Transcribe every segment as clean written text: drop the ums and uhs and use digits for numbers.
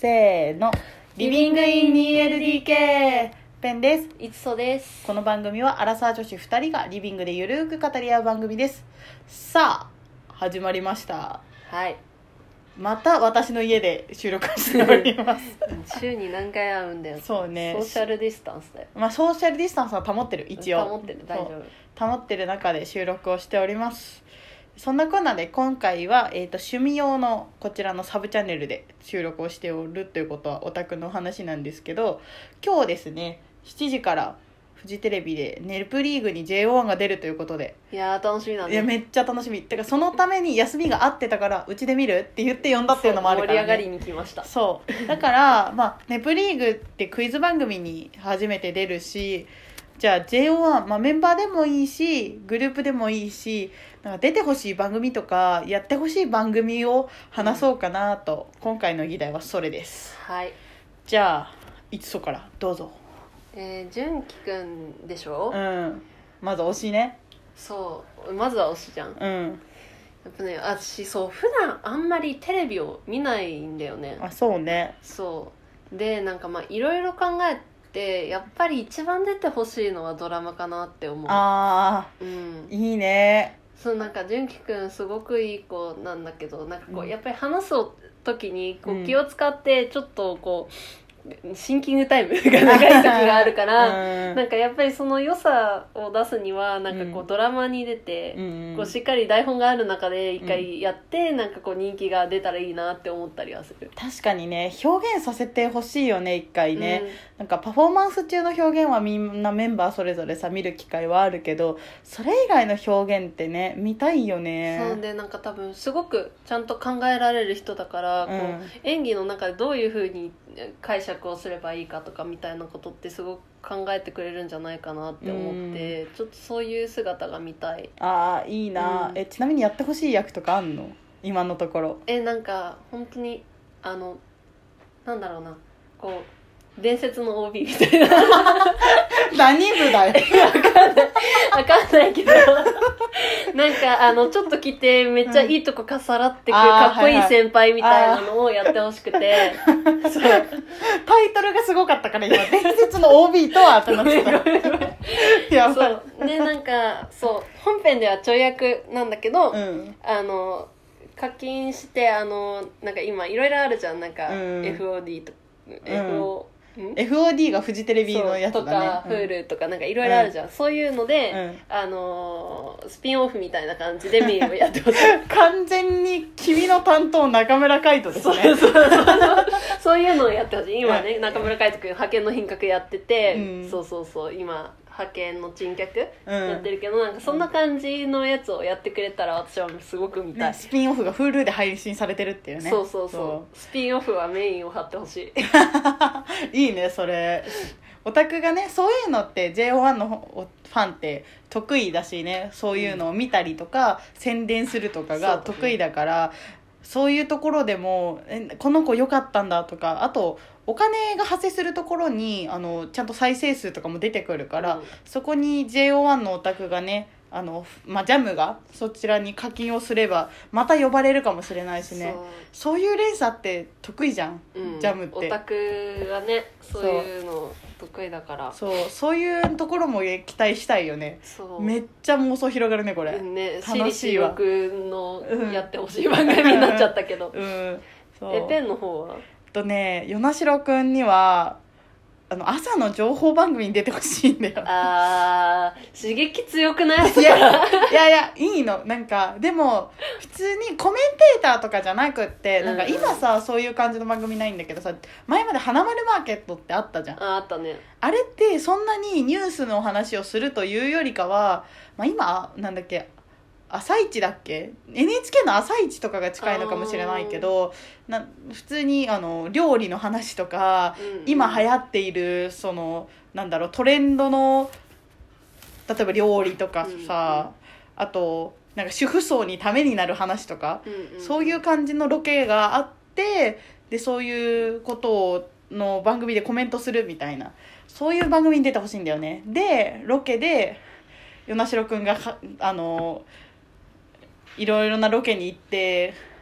せーの、リビングイン 2LDK ペンです。 いつそです。 この番組はアラサー女子2人がリビングでゆるく語り合う番組です。さあ始まりました。 はい。 また私の家で収録しております週に何回会うんだよ。 そうね、 ソーシャルディスタンスだよ。 まあソーシャルディスタンスは保ってる、一応保ってる、大丈夫。 保ってる中で収録をしております。そんなこんなで今回は、趣味用のこちらのサブチャンネルで収録をしておるということはオタクの話なんですけど、今日ですね7時からフジテレビでネプリーグに JO1 が出るということで、 いやー楽しみだね。 いやめっちゃ楽しみ。てかそのために休みが合ってたからうちで見るって言って呼んだっていうのもあるから、ね、 盛り上がりに来ました。 そうだからまあネプリーグってクイズ番組に初めて出るし、じゃあ JO1、まあ、メンバーでもいいしグループでもいいし、なんか出てほしい番組とかやってほしい番組を話そうかなと、今回の議題はそれです。 はい。 じゃあいつそからどうぞ。 純喜くんでしょ。 まず推しね。 そうまずは推しじゃん。やっぱね、私そう普段あんまりテレビを見ないんだよね。 あ、そうね。 そうでなんかまあいろいろ考えてやっぱり一番出てほしいのはドラマかなって思う。 いいね。 そうなんか純喜くんすごくいい子なんだけど、なんかこう、やっぱり話す時にこう気を使ってちょっとこうシンキングタイムが長い時があるから、なんかやっぱりその良さを出すにはなんかこうドラマに出て、こうしっかり台本がある中で一回やって、なんかこう人気が出たらいいなって思ったりはする。 確かにね、表現させてほしいよね、一回ね、なんかパフォーマンス中の表現はみんなメンバーそれぞれさ見る機会はあるけど、それ以外の表現ってね見たいよね。 そうでなんか多分すごくちゃんと考えられる人だから、こう演技の中でどういう風に解釈をすればいいかとかみたいなことってすごく考えてくれるんじゃないかなって思って、ちょっとそういう姿が見たい。 いいな、ちなみにやってほしい役とかあんの今のところ。 なんか本当になんだろうな、こう伝説の OB みたいな何部だよわかんないけどなんかちょっと着てめっちゃいいとこかさらってくかっこいい先輩みたいなのをやってほしくて、そうタイトルがすごかったから今伝説の OB とはってなってたやばい。 そうでなんかそう本編ではちょい役なんだけど、課金してなんか今いろいろあるじゃん、なんか、FOD と FOD がフジテレビのやつだねとか、Hulu とかなんかいろいろあるじゃん、そういうので、スピンオフみたいな感じでメインをやってほしい完全に君の担当中村海人ですね。 そういうのをやってほしい。今ね、中村海人君派遣の品格やってて、そう今派遣の珍客やってるけど、なんかそんな感じのやつをやってくれたら私はすごく見たい、 スピンオフが Hulu で配信されてるっていうね。 そうスピンオフはメインを張ってほしいいいねそれ。オタクがねそういうのって JO1 のファンって得意だしね、そういうのを見たりとか、宣伝するとかが得意だから、そういうところでもこの子良かったんだとか、あとお金が発生するところにちゃんと再生数とかも出てくるから、そこに JO1 のオタクがねジャムがそちらに課金をすればまた呼ばれるかもしれないしね。そういう連鎖って得意じゃん、ジャムって。 オタクがねそういうの得意だから、 そういうところも期待したいよね。めっちゃ妄想広がるねこれね。楽しいわ。私立のやってほしい番組になっちゃったけどペンの方は与那城くんには朝の情報番組に出てほしいんだよ。 刺激強くない？ いやいいの。なんかでも普通にコメンテーターとかじゃなくって、なんか今さそういう感じの番組ないんだけどさ、前まで花丸マーケットってあったじゃん。 あったね。 あれってそんなにニュースの話をするというよりかは、今なんだっけ、朝一だっけ、 NHK の朝一とかが近いのかもしれないけど、普通に料理の話とか、今流行っているトレンドの例えば料理とかさ、あとなんか主婦層にためになる話とか、そういう感じのロケがあって、でそういうことの番組でコメントするみたいな、そういう番組に出てほしいんだよね。でロケで与那城くんがいろいろなロケに行って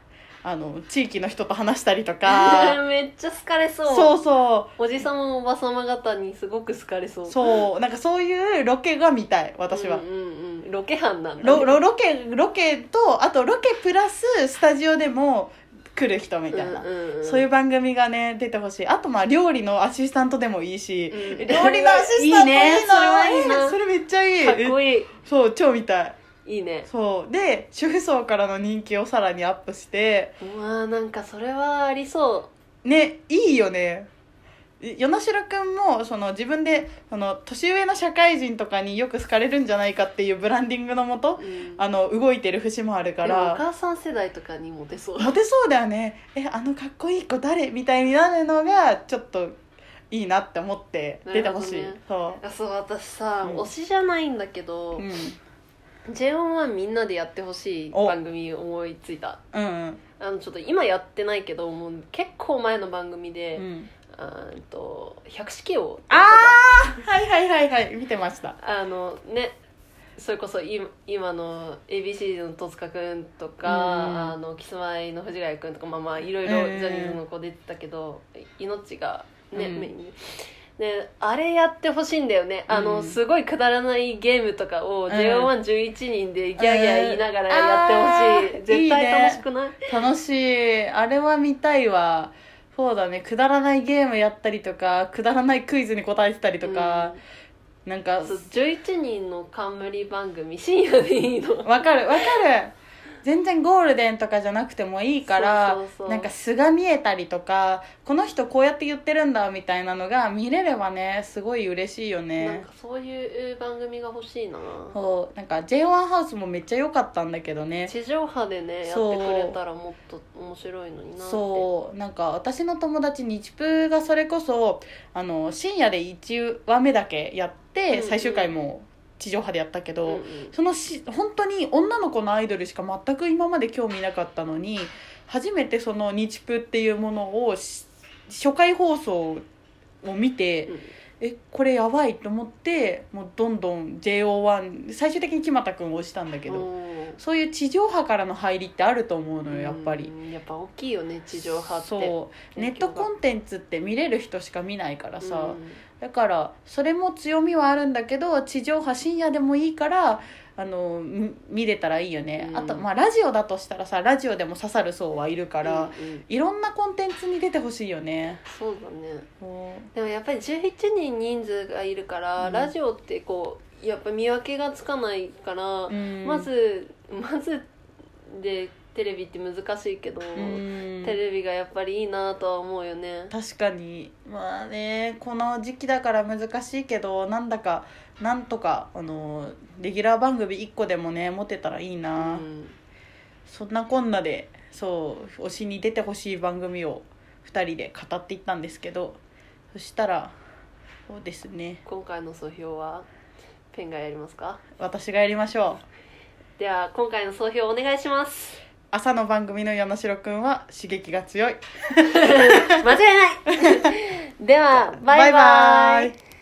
地域の人と話したりとかめっちゃ好かれそう。 そうそうおじさまおばさま方にすごく好かれそう。 そうなんかそういうロケが見たい私は、 うんうんうん、ロケ班なんだ、ね、 ロケとあとロケプラススタジオでも来る人みたいな、 うんうんうん、 そういう番組がね出てほしい。あとまあ料理のアシスタントでもいいし、 うん、 料理のアシスタントいいな。 いいね、それはいいな。 それめっちゃいい。 かっこいい。 そう超見たい。 いいね。 そうで主婦層からの人気をさらにアップしてうわーなんかそれはありそうね。いいよね。与那城くんも自分で年上の社会人とかによく好かれるんじゃないかっていうブランディングのもと、動いてる節もあるかでもおら母さん世代とかにモテそう。 モテそうだよね。かっこいい子誰みたいになるのがちょっといいなって思って出てほしい、 ね、 そう私さ、 うん、 推しじゃないんだけど、JO1 みんなでやってほしい番組思いついた。 うんうん、 ちょっと今やってないけどもう結構前の番組で、百式王はいはいはいはい見てました。 ね、それこそ今の ABC の戸塚くんとか、キスマイの藤ヶ谷くんとかまあいろいろジャニーズの子出てたけど、命がね、メインであれやってほしいんだよね。すごいくだらないゲームとかを JO111 人でギャーギャー言いながらやってほしい、絶対楽しくない？ 楽しい。あれは見たいわ。そうだね、くだらないゲームやったりとかくだらないクイズに答えてたりとか、なんか 11人の冠番組深夜でいいの？ わかる全然ゴールデンとかじゃなくてもいいから、なんか素が見えたりとかこの人こうやって言ってるんだみたいなのが見れればねすごい嬉しいよね。 なんかそういう番組が欲しいな。 そうなんか J1 ハウスもめっちゃ良かったんだけどね、 地上波でねやってくれたらもっと面白いのになって。 そうなんか私の友達日プがそれこそ深夜で1話目だけやって、最終回も地上波でやったけど、本当に女の子のアイドルしか全く今まで興味なかったのに初めてその日プっていうものを初回放送を見て、これやばいと思ってもうどんどん JO1 最終的に木俣くんを推したんだけど、そういう地上波からの入りってあると思うのよやっぱり。 やっぱ大きいよね地上波って。 そうネットコンテンツって見れる人しか見ないからさ、だからそれも強みはあるんだけど地上波深夜でもいいから見れたらいいよね、あとまあラジオだとしたらさラジオでも刺さる層はいるから、いろんなコンテンツに出てほしいよね。 そうだね。でもやっぱり11人人数がいるから、ラジオってこうやっぱ見分けがつかないから、まずでテレビって難しいけど、テレビがやっぱりいいなとは思うよね。 確かにまあねこの時期だから難しいけどなんとかレギュラー番組1個でもね持てたらいいな、そんなこんなでそう推しに出てほしい番組を2人で語っていったんですけど、そしたらそうですね今回の総評はペンがやりますか？ 私がやりましょう。では今回の総評お願いします。 朝の番組の与那城くんは刺激が強い間違いないではバイバイ。